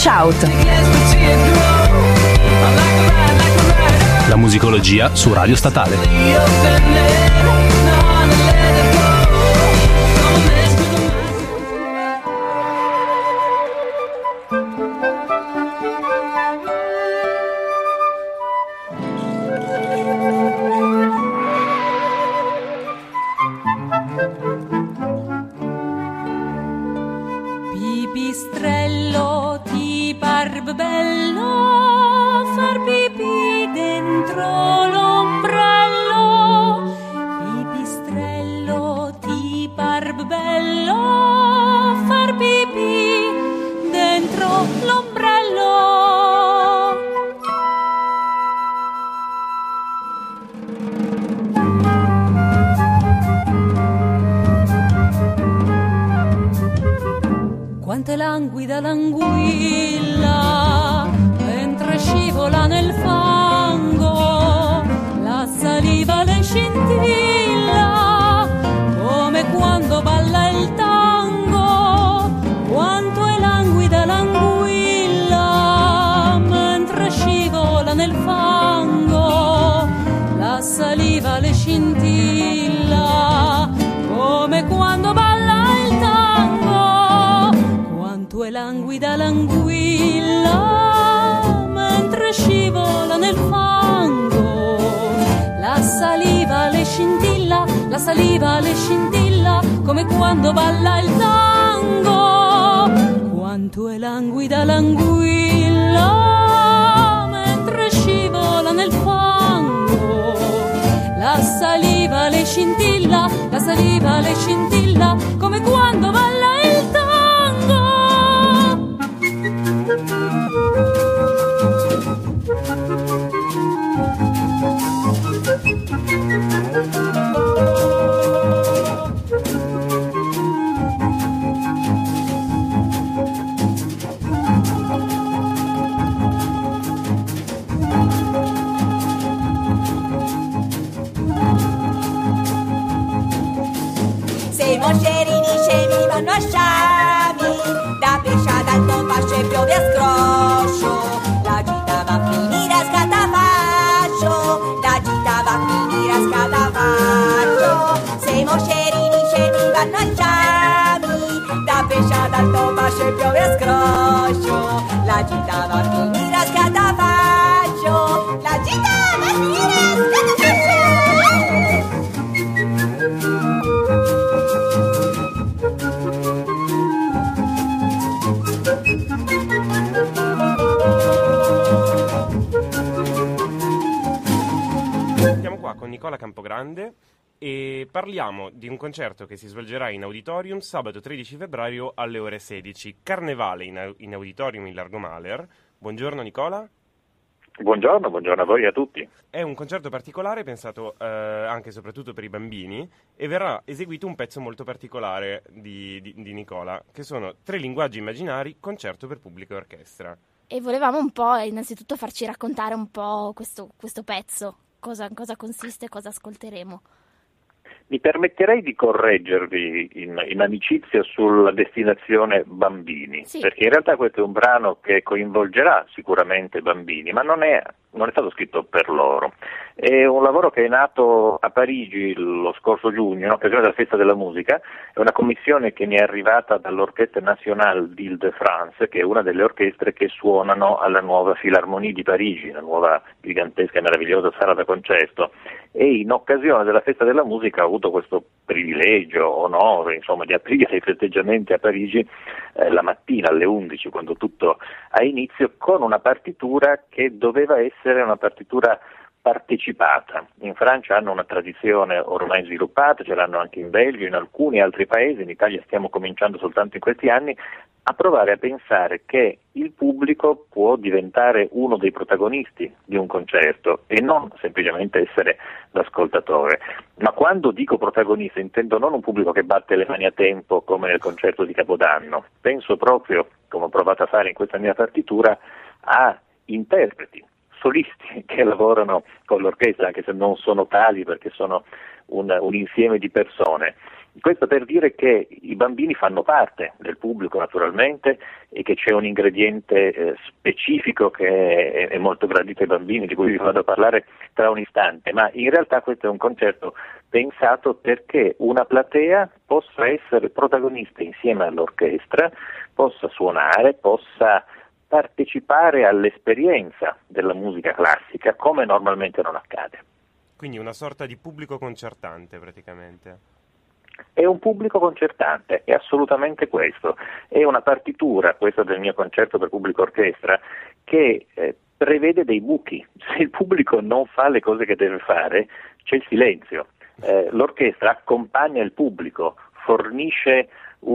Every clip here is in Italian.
Shout. La musicologia su Radio Statale. Pipistrello, ti parve bello far pipì dentro l'ombrello? Pipistrello, ti parve bello far pipì dentro l'ombrello? Quanto è languida l'anguilla mentre scivola nel fango, la saliva le scintilla come quando balla il tango. Quanto è languida l'anguilla mentre scivola nel fango, la saliva le scintilla come quando balla il tango. Quanto è languida l'anguilla mentre scivola nel fango, la saliva le scintilla, la saliva le scintilla come quando balla il tango. Quanto è languida l'anguilla mentre scivola nel fango, la saliva le scintilla, la saliva le scintilla come quando balla il tango. Se i moscerini scemi vanno a sciami, da pesciata al compascio e piove a scroscio, la gita va a finire a scatafascio, la gita va a finire a scatafascio. Se i moscerini scemi vanno a sciami, da pesciata al compascio e piove a scroscio, la gita va a finire a scatafascio, la gita va a finire a scatafascio. Siamo qua con Nicola Campogrande e parliamo di un concerto che si svolgerà in auditorium sabato 13 febbraio alle ore 16. Carnevale in auditorium in Largo Maler. Buongiorno Nicola. Buongiorno a voi e a tutti. È un concerto particolare pensato anche e soprattutto per i bambini e verrà eseguito un pezzo molto particolare di Nicola, che sono 3 linguaggi immaginari, concerto per pubblico e orchestra. E volevamo un po' innanzitutto farci raccontare un po' questo pezzo, cosa consiste, cosa ascolteremo. Mi permetterei di correggervi in amicizia sulla destinazione bambini, Sì. Perché in realtà questo è un brano che coinvolgerà sicuramente bambini, ma non è stato scritto per loro. È un lavoro che è nato a Parigi lo scorso giugno, in occasione della Festa della Musica. È una commissione che mi è arrivata dall'Orchestre Nationale d'Île-de-France, che è una delle orchestre che suonano alla nuova Philharmonie di Parigi, la nuova gigantesca e meravigliosa sala da concerto. E in occasione della Festa della Musica ho avuto questo privilegio, onore, insomma, di aprire i festeggiamenti a Parigi la mattina alle 11, quando tutto ha inizio, con una partitura che doveva essere una partitura partecipata. In Francia hanno una tradizione ormai sviluppata, ce l'hanno anche in Belgio, in alcuni altri paesi, in Italia stiamo cominciando soltanto in questi anni a provare a pensare che il pubblico può diventare uno dei protagonisti di un concerto e non semplicemente essere l'ascoltatore. Ma quando dico protagonista intendo non un pubblico che batte le mani a tempo come nel concerto di Capodanno, penso proprio, come ho provato a fare in questa mia partitura, a interpreti, solisti che lavorano con l'orchestra, anche se non sono tali perché sono un insieme di persone Questo per dire che i bambini fanno parte del pubblico naturalmente e che c'è un ingrediente specifico che è molto gradito ai bambini, di cui vi vado a parlare tra un istante, ma in realtà questo è un concerto pensato perché una platea possa essere protagonista insieme all'orchestra, possa suonare, possa partecipare all'esperienza della musica classica come normalmente non accade. Quindi una sorta di pubblico concertante praticamente. È un pubblico concertante, è assolutamente questo. È una partitura, questa del mio concerto per pubblico orchestra, che prevede dei buchi. Se il pubblico non fa le cose che deve fare, c'è il silenzio. L'orchestra accompagna il pubblico, fornisce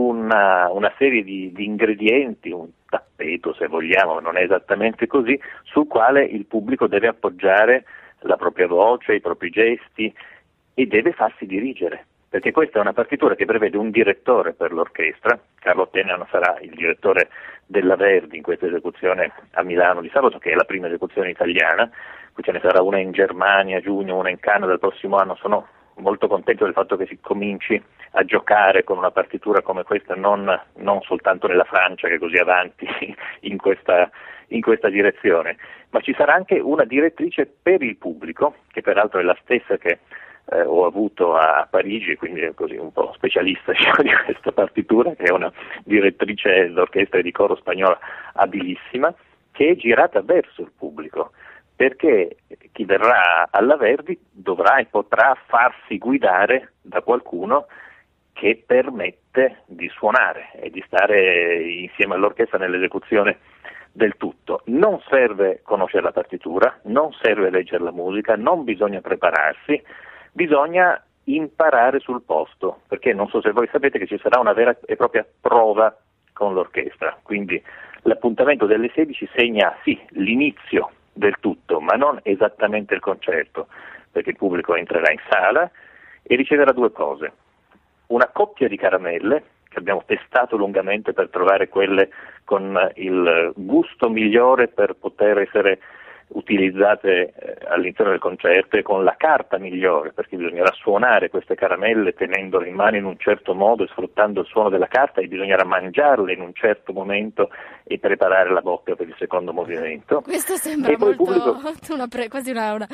una serie di ingredienti, un tappeto se vogliamo, non è esattamente così, sul quale il pubblico deve appoggiare la propria voce, i propri gesti e deve farsi dirigere. Perché questa è una partitura che prevede un direttore per l'orchestra. Carlo Tenano sarà il direttore della Verdi in questa esecuzione a Milano di sabato, che è la prima esecuzione italiana. Poi ce ne sarà una in Germania a giugno, una in Canada il prossimo anno. Sono molto contento del fatto che si cominci a giocare con una partitura come questa, non soltanto nella Francia, che è così avanti in questa direzione, ma ci sarà anche una direttrice per il pubblico, che peraltro è la stessa che ho avuto a Parigi, quindi è così un po' specialista di questa partitura, che è una direttrice d'orchestra e di coro spagnola abilissima, che è girata verso il pubblico, perché chi verrà alla Verdi dovrà e potrà farsi guidare da qualcuno che permette di suonare e di stare insieme all'orchestra nell'esecuzione del tutto. Non serve conoscere la partitura, non serve leggere la musica, non bisogna prepararsi, bisogna imparare sul posto, perché non so se voi sapete che ci sarà una vera e propria prova con l'orchestra, quindi l'appuntamento delle 16 segna sì l'inizio del tutto, ma non esattamente il concerto, perché il pubblico entrerà in sala e riceverà due cose: una coppia di caramelle che abbiamo testato lungamente per trovare quelle con il gusto migliore per poter essere utilizzate all'interno del concerto, e con la carta migliore, perché bisognerà suonare queste caramelle tenendole in mano in un certo modo e sfruttando il suono della carta, e bisognerà mangiarle in un certo momento e preparare la bocca per il secondo movimento. Questo sembra molto quasi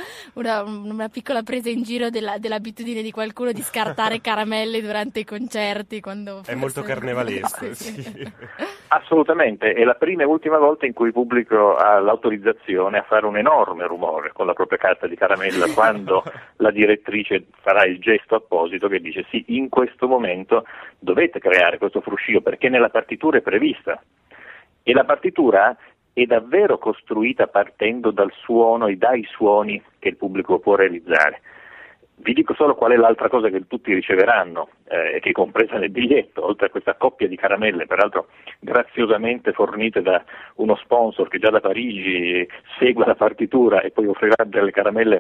una piccola presa in giro dell'abitudine di qualcuno di scartare caramelle durante i concerti. È molto carnevalesco. Sì. Assolutamente, è la prima e ultima volta in cui il pubblico ha l'autorizzazione a fare un enorme rumore con la propria carta di caramella quando la direttrice farà il gesto apposito che dice sì, in questo momento dovete creare questo fruscio perché nella partitura è prevista, e la partitura è davvero costruita partendo dal suono e dai suoni che il pubblico può realizzare. Vi dico solo qual è l'altra cosa che tutti riceveranno, che è compresa nel biglietto, oltre a questa coppia di caramelle, peraltro graziosamente fornite da uno sponsor che già da Parigi segue la partitura e poi offrirà delle caramelle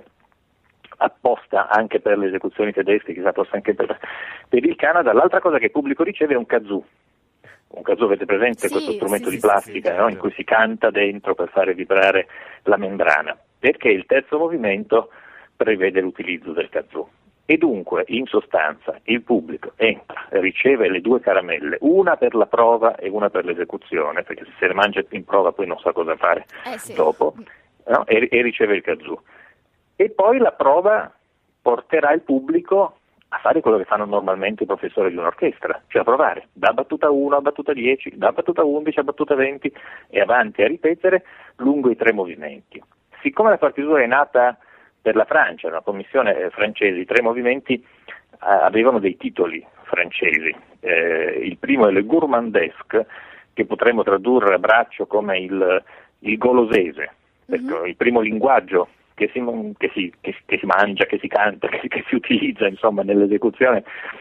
apposta anche per le esecuzioni tedesche, chissà forse anche per il Canada. L'altra cosa che il pubblico riceve è un kazoo. Un kazoo, avete presente questo strumento di plastica, no? In cui si canta dentro per fare vibrare la membrana, perché il terzo movimento prevede l'utilizzo del kazoo. E dunque, in sostanza, il pubblico entra, riceve le due caramelle, una per la prova e una per l'esecuzione, perché se se le mangia in prova poi non sa cosa fare dopo, no? e riceve il kazoo. E poi la prova porterà il pubblico a fare quello che fanno normalmente i professori di un'orchestra, cioè a provare da battuta 1 a battuta 10, da battuta 11 a battuta 20 e avanti a ripetere lungo i 3 movimenti. Siccome la partitura è nata per la Francia, una commissione francese, i 3 movimenti avevano dei titoli francesi. Il primo è le gourmandesque, che potremmo tradurre a braccio come il golosese, perché il primo linguaggio che si mangia, che si canta, che si utilizza insomma nell'esecuzione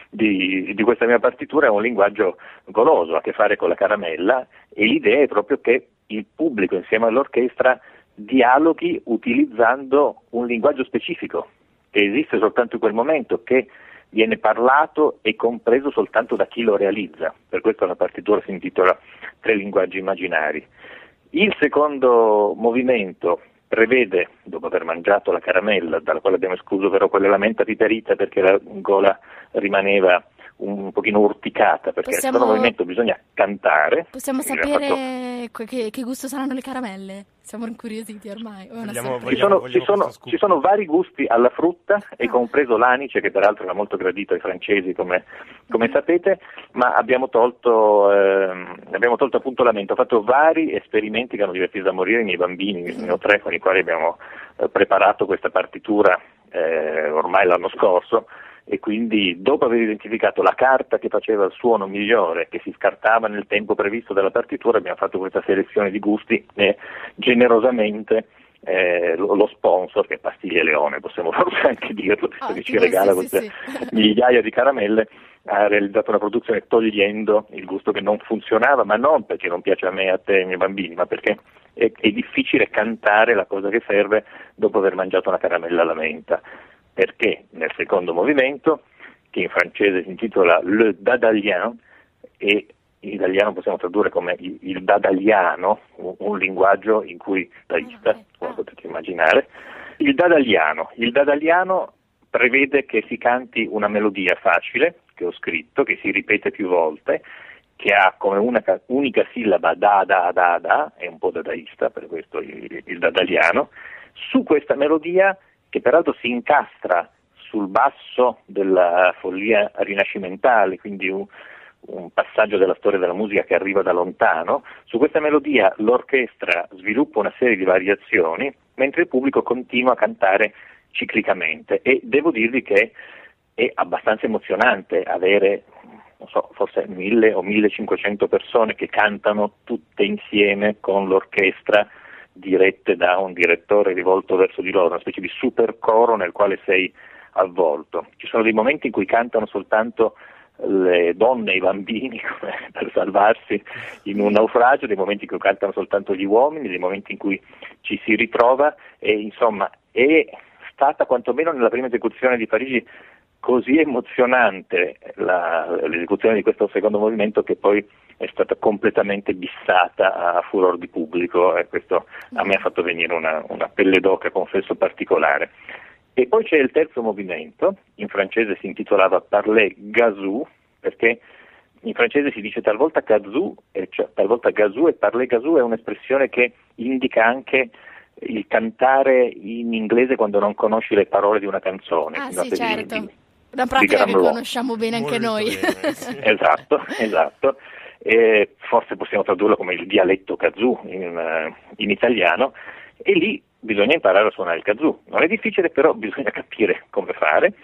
di questa mia partitura è un linguaggio goloso, ha a che fare con la caramella, e l'idea è proprio che il pubblico insieme all'orchestra dialoghi utilizzando un linguaggio specifico che esiste soltanto in quel momento, che viene parlato e compreso soltanto da chi lo realizza. Per questo la partitura si intitola 3 linguaggi immaginari. Il secondo movimento prevede, dopo aver mangiato la caramella, dalla quale abbiamo escluso però quella menta piperita perché la gola rimaneva un pochino urticata, perché nel secondo movimento bisogna cantare. Possiamo sapere che gusto saranno le caramelle? Siamo incuriositi ormai. Ci sono vari gusti alla frutta, e compreso l'anice, che peraltro era molto gradito ai francesi, come sapete, ma abbiamo tolto appunto ho fatto vari esperimenti che hanno divertito da morire i miei bambini, ne ho 3 con i quali abbiamo preparato questa partitura ormai l'anno scorso, e quindi dopo aver identificato la carta che faceva il suono migliore, che si scartava nel tempo previsto dalla partitura, abbiamo fatto questa selezione di gusti e generosamente lo sponsor, che è Pastiglie Leone, possiamo forse anche dirlo, visto che ci regala queste migliaia di caramelle, ha realizzato una produzione togliendo il gusto che non funzionava, ma non perché non piace a me, a te, ai miei bambini, ma perché è difficile cantare la cosa che serve dopo aver mangiato una caramella alla menta. Perché nel secondo movimento, che in francese si intitola Le Dadalien, e in italiano possiamo tradurre come il dadaliano, un linguaggio in cui daista, come potete immaginare. Il dadaliano prevede che si canti una melodia facile, che ho scritto, che si ripete più volte, che ha come unica sillaba da, è un po' dadaista, per questo il dadaliano. Su questa melodia, che peraltro si incastra sul basso della follia rinascimentale, quindi un passaggio della storia della musica che arriva da lontano, su questa melodia l'orchestra sviluppa una serie di variazioni, mentre il pubblico continua a cantare ciclicamente, e devo dirvi che è abbastanza emozionante avere, non so, forse 1000 o 1500 persone che cantano tutte insieme con l'orchestra, dirette da un direttore rivolto verso di loro, una specie di super coro nel quale sei avvolto. Ci sono dei momenti in cui cantano soltanto le donne e i bambini per salvarsi in un naufragio, dei momenti in cui cantano soltanto gli uomini, dei momenti in cui ci si ritrova, e insomma è stata, quantomeno nella prima esecuzione di Parigi, così emozionante l'esecuzione di questo secondo movimento, che poi è stata completamente bissata a furor di pubblico, e questo a me ha fatto venire una pelle d'oca, confesso, particolare. E poi c'è il terzo movimento, in francese si intitolava Parler gazou, perché in francese si dice talvolta kazoo, cioè talvolta gazou, e Parler gazou è un'espressione che indica anche il cantare in inglese quando non conosci le parole di una canzone. Ah sì, certo. Una pratica che conosciamo bene anche noi. Bene, sì. Esatto. E forse possiamo tradurlo come il dialetto kazoo in italiano, e lì bisogna imparare a suonare il kazoo. Non è difficile, però bisogna capire come fare,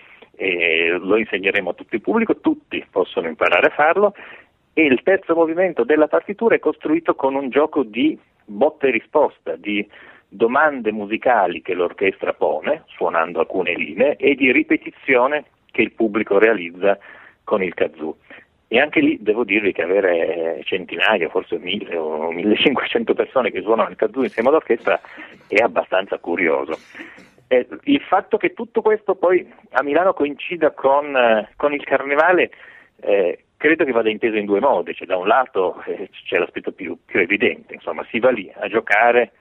e lo insegneremo a tutto il pubblico, tutti possono imparare a farlo. E il terzo movimento della partitura è costruito con un gioco di botta e risposta, di domande musicali che l'orchestra pone, suonando alcune linee, e di ripetizione che il pubblico realizza con il kazoo. E anche lì devo dirvi che avere centinaia, forse 1000 o 1500 persone che suonano il kazoo insieme all'orchestra è abbastanza curioso. Il fatto che tutto questo poi a Milano coincida con il Carnevale credo che vada inteso in due modi. Cioè, da un lato c'è l'aspetto più evidente, insomma, si va lì a giocare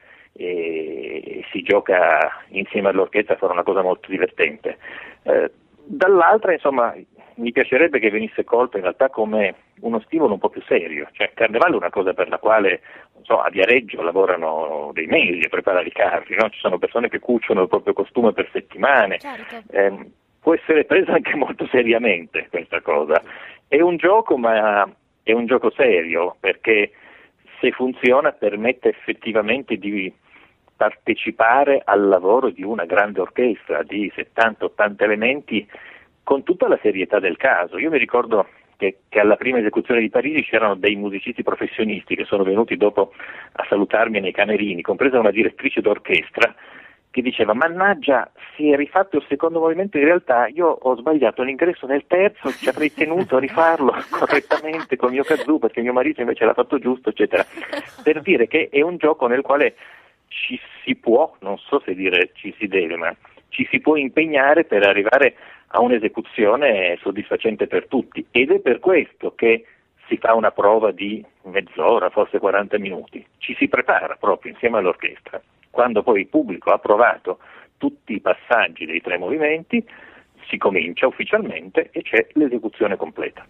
e si gioca insieme all'orchestra a fare una cosa molto divertente. Dall'altra, insomma, mi piacerebbe che venisse colto in realtà come uno stimolo un po' più serio. Cioè, Carnevale è una cosa per la quale, non so, a Viareggio lavorano dei mesi a preparare i carri, no? Ci sono persone che cuciono il proprio costume per settimane. Certo. Può essere presa anche molto seriamente questa cosa. È un gioco, ma è un gioco serio, perché se funziona permette effettivamente di partecipare al lavoro di una grande orchestra di 70-80 elementi con tutta la serietà del caso. Io mi ricordo che alla prima esecuzione di Parigi c'erano dei musicisti professionisti che sono venuti dopo a salutarmi nei camerini, compresa una direttrice d'orchestra, che diceva: mannaggia, si è rifatto il secondo movimento, in realtà io ho sbagliato l'ingresso nel terzo, ci avrei tenuto a rifarlo correttamente con il mio kazoo perché mio marito invece l'ha fatto giusto, eccetera. Per dire che è un gioco nel quale ci si può, non so se dire ci si deve, ma ci si può impegnare per arrivare a un'esecuzione soddisfacente per tutti, ed è per questo che si fa una prova di mezz'ora, forse 40 minuti, ci si prepara proprio insieme all'orchestra. Quando poi il pubblico ha provato tutti i passaggi dei tre movimenti, si comincia ufficialmente e c'è l'esecuzione completa.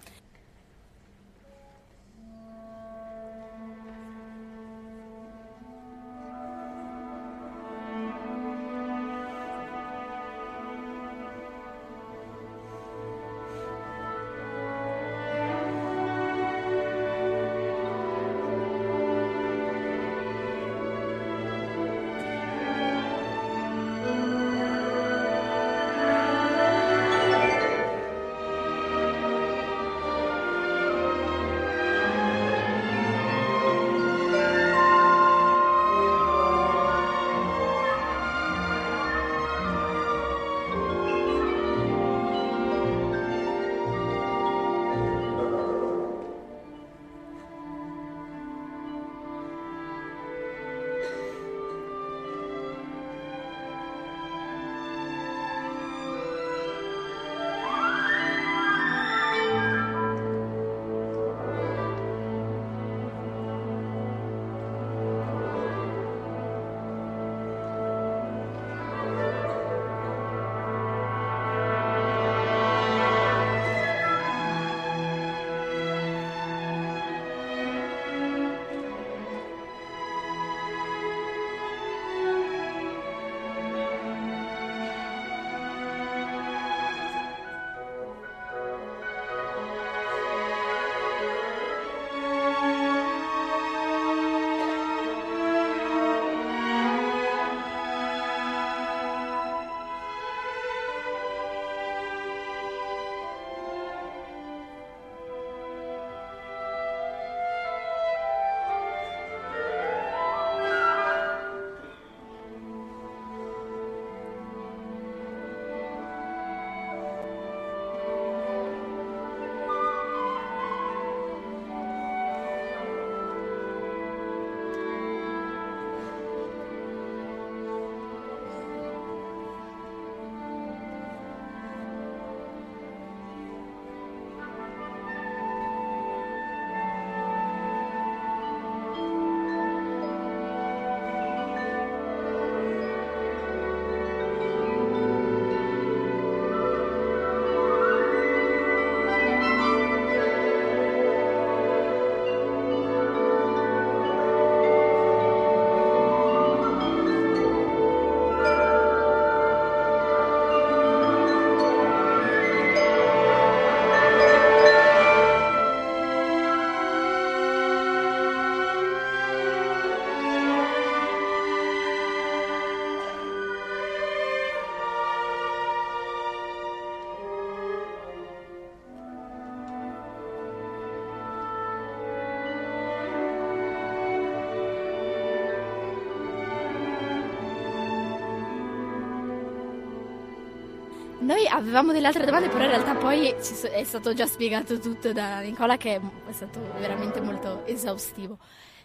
Noi avevamo delle altre domande, però in realtà poi è stato già spiegato tutto da Nicola, che è stato veramente molto esaustivo.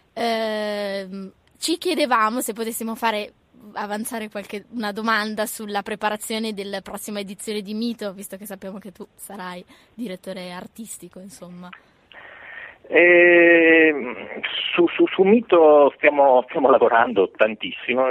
Ci chiedevamo se potessimo avanzare una domanda sulla preparazione della prossima edizione di Mito, visto che sappiamo che tu sarai direttore artistico, insomma. Su Mito stiamo lavorando tantissimo,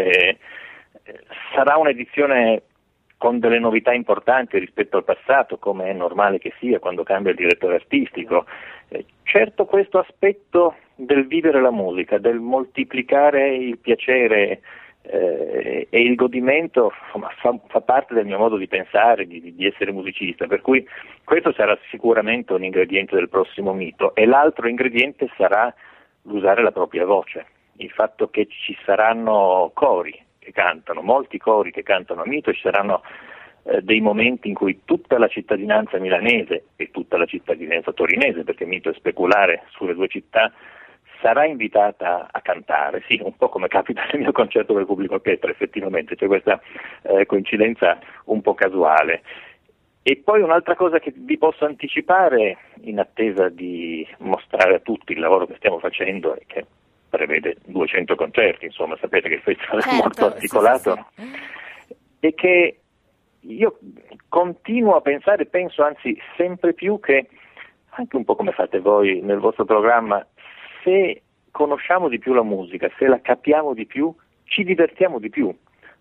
sarà un'edizione con delle novità importanti rispetto al passato, come è normale che sia quando cambia il direttore artistico. Certo, questo aspetto del vivere la musica, del moltiplicare il piacere e il godimento fa parte del mio modo di pensare, di essere musicista, per cui questo sarà sicuramente un ingrediente del prossimo Mito, e l'altro ingrediente sarà l'usare la propria voce, il fatto che ci saranno cori che cantano, molti cori che cantano a Mito, ci saranno dei momenti in cui tutta la cittadinanza milanese e tutta la cittadinanza torinese, perché Mito è speculare sulle due città, sarà invitata a cantare, sì, un po' come capita nel mio concerto per pubblico orchestra, effettivamente c'è questa coincidenza un po' casuale. E poi un'altra cosa che vi posso anticipare, in attesa di mostrare a tutti il lavoro che stiamo facendo e che prevede 200 concerti, insomma, sapete che il festival è molto articolato, sì. E che io continuo a pensare, penso anzi sempre più che, anche un po' come fate voi nel vostro programma, se conosciamo di più la musica, se la capiamo di più, ci divertiamo di più.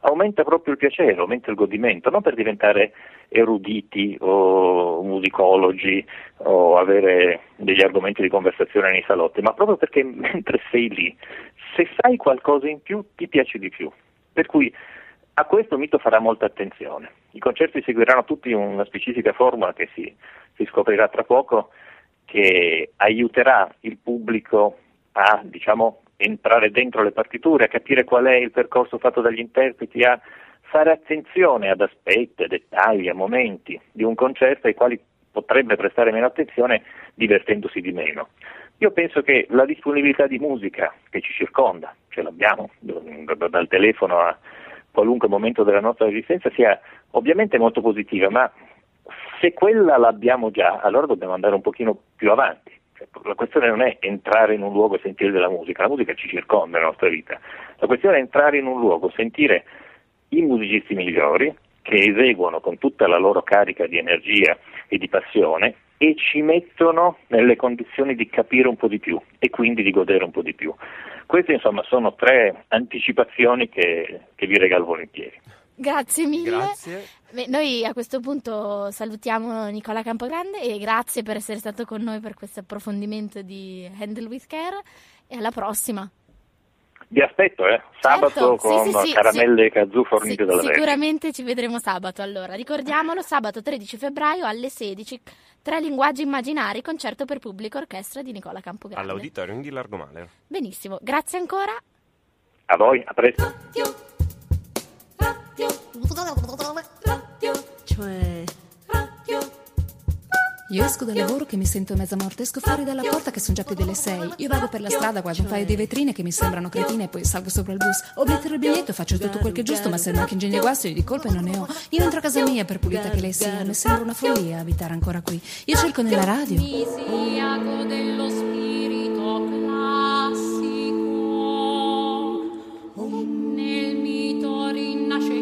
aumenta proprio il piacere, aumenta il godimento, non per diventare eruditi o musicologi o avere degli argomenti di conversazione nei salotti, ma proprio perché mentre sei lì, se sai qualcosa in più, ti piace di più. Per cui a questo Mito farà molta attenzione. I concerti seguiranno tutti una specifica formula che si scoprirà tra poco, che aiuterà il pubblico a, entrare dentro le partiture, a capire qual è il percorso fatto dagli interpreti, a fare attenzione ad aspetti, a dettagli, a momenti di un concerto ai quali potrebbe prestare meno attenzione divertendosi di meno. Io penso che la disponibilità di musica che ci circonda, ce l'abbiamo dal telefono a qualunque momento della nostra esistenza, sia ovviamente molto positiva, ma se quella l'abbiamo già, allora dobbiamo andare un pochino più avanti. La questione non è entrare in un luogo e sentire della musica, la musica ci circonda nella nostra vita. La questione è entrare in un luogo, sentire i musicisti migliori che eseguono con tutta la loro carica di energia e di passione e ci mettono nelle condizioni di capire un po' di più e quindi di godere un po' di più. Queste insomma sono 3 anticipazioni che vi regalo volentieri. Grazie mille. Grazie. Beh, noi a questo punto salutiamo Nicola Campogrande e grazie per essere stato con noi per questo approfondimento di Handle with Care e alla prossima. Vi aspetto, sabato, Certo, con sì, caramelle e kazoo fornite dalla Verdi. Sicuramente ci vedremo sabato. Allora, ricordiamolo, sabato 13 febbraio alle 16, 3 linguaggi immaginari, concerto per pubblico orchestra di Nicola Campogrande. All'Auditorium di Largomale. Benissimo, grazie ancora. A voi, a presto. Cioè, io esco dal lavoro che mi sento mezza morta, esco fuori dalla porta che sono già più delle 6. Io vado per la strada, guardo un paio di vetrine che mi sembrano cretine e poi salgo sopra il bus. Oblitero il biglietto, faccio tutto quel che è giusto, ma se manca ingegno e guasto io di colpe non ne ho. Io entro a casa mia per pulita che lei sia, mi sembra una follia abitare ancora qui. Io cerco nella radio Misiaco dello spirito classico, nel mito rinasce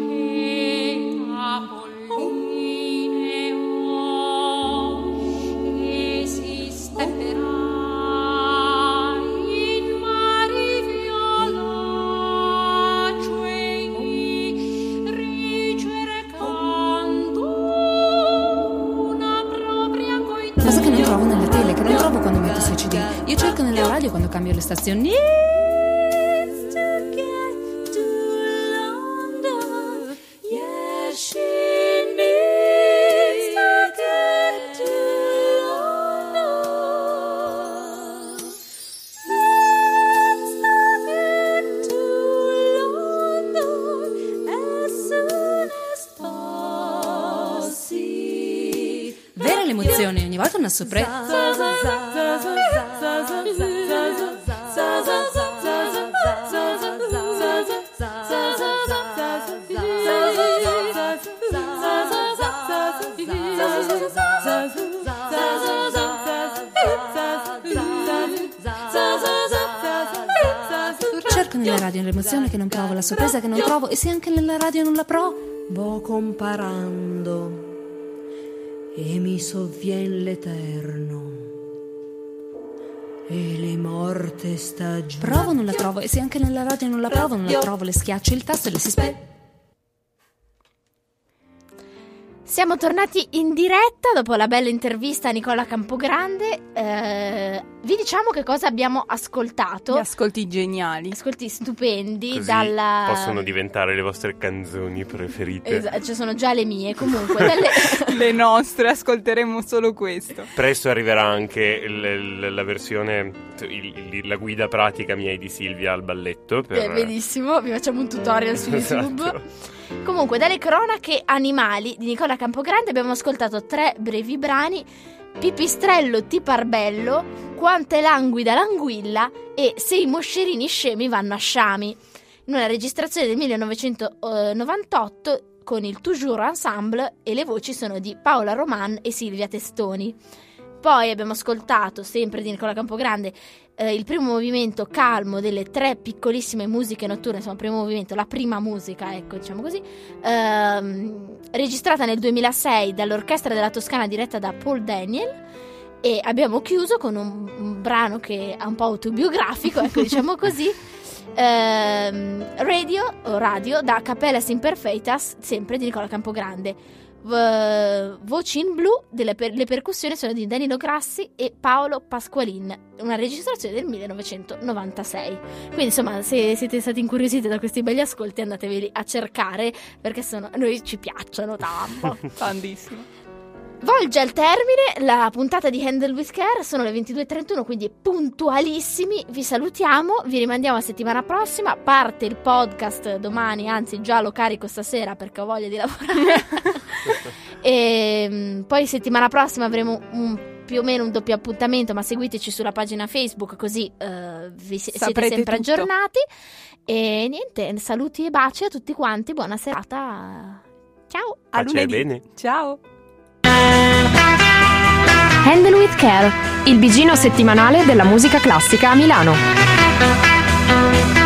Apollineo, esiste per in mari violacei, ricercando una propria coità. cosa che non trovo nella tele, che non trovo quando metto sui CD. Io cerco nella radio quando cambio le stazioni. Vera l'emozione, ogni volta una sorpresa. Cerco nella radio l'emozione che non provo, la sorpresa che non trovo, e se anche nella radio non la provo, comparando e mi sovvien l'eterno e le morte stagioni. provo, non la trovo, e se anche nella radio non la provo, non la trovo, le schiaccio il tasto e le si spezza. Siamo tornati in diretta dopo la bella intervista a Nicola Campogrande. Vi diciamo che cosa abbiamo ascoltato. Gli ascolti geniali. Ascolti stupendi. Così dalla... possono diventare le vostre canzoni preferite. Ci sono già le mie, comunque. Le nostre, ascolteremo solo questo. Presto arriverà anche la versione, la guida pratica mia e di Silvia al balletto. Benissimo, vi facciamo un tutorial su YouTube. Esatto. Comunque, dalle cronache animali di Nicola Campogrande abbiamo ascoltato 3 brevi brani: Pipistrello ti par bello, Quanto è languida l'anguilla e Se i moscerini scemi vanno a sciami, in una registrazione del 1998 con il Toujours Ensemble, e le voci sono di Paola Roman e Silvia Testoni. Poi abbiamo ascoltato, sempre di Nicola Campogrande, il primo movimento calmo delle 3 piccolissime musiche notturne, insomma, primo movimento, la prima musica, ecco, diciamo così, registrata nel 2006 dall'Orchestra della Toscana diretta da Paul Daniel. E abbiamo chiuso con un brano che è un po' autobiografico, ecco, diciamo così, radio da Capellas Imperfeitas, sempre di Nicola Campogrande. Voci in blu, le percussioni sono di Danilo Grassi e Paolo Pasqualin, una registrazione del 1996. Quindi insomma, se siete stati incuriositi da questi belli ascolti, andateveli a cercare, perché a noi ci piacciono tanto. Tantissimo. Volge al termine la puntata di Handle with Care, sono le 22:31, quindi puntualissimi. Vi salutiamo, vi rimandiamo a settimana prossima. Parte il podcast domani, anzi già lo carico stasera perché ho voglia di lavorare. E poi settimana prossima avremo più o meno un doppio appuntamento, ma seguiteci sulla pagina Facebook, così siete sempre tutto aggiornati. E niente, saluti e baci a tutti quanti, buona serata. Ciao, a lunedì. Bene. Ciao. Handle with Care, il bigino settimanale della musica classica a Milano.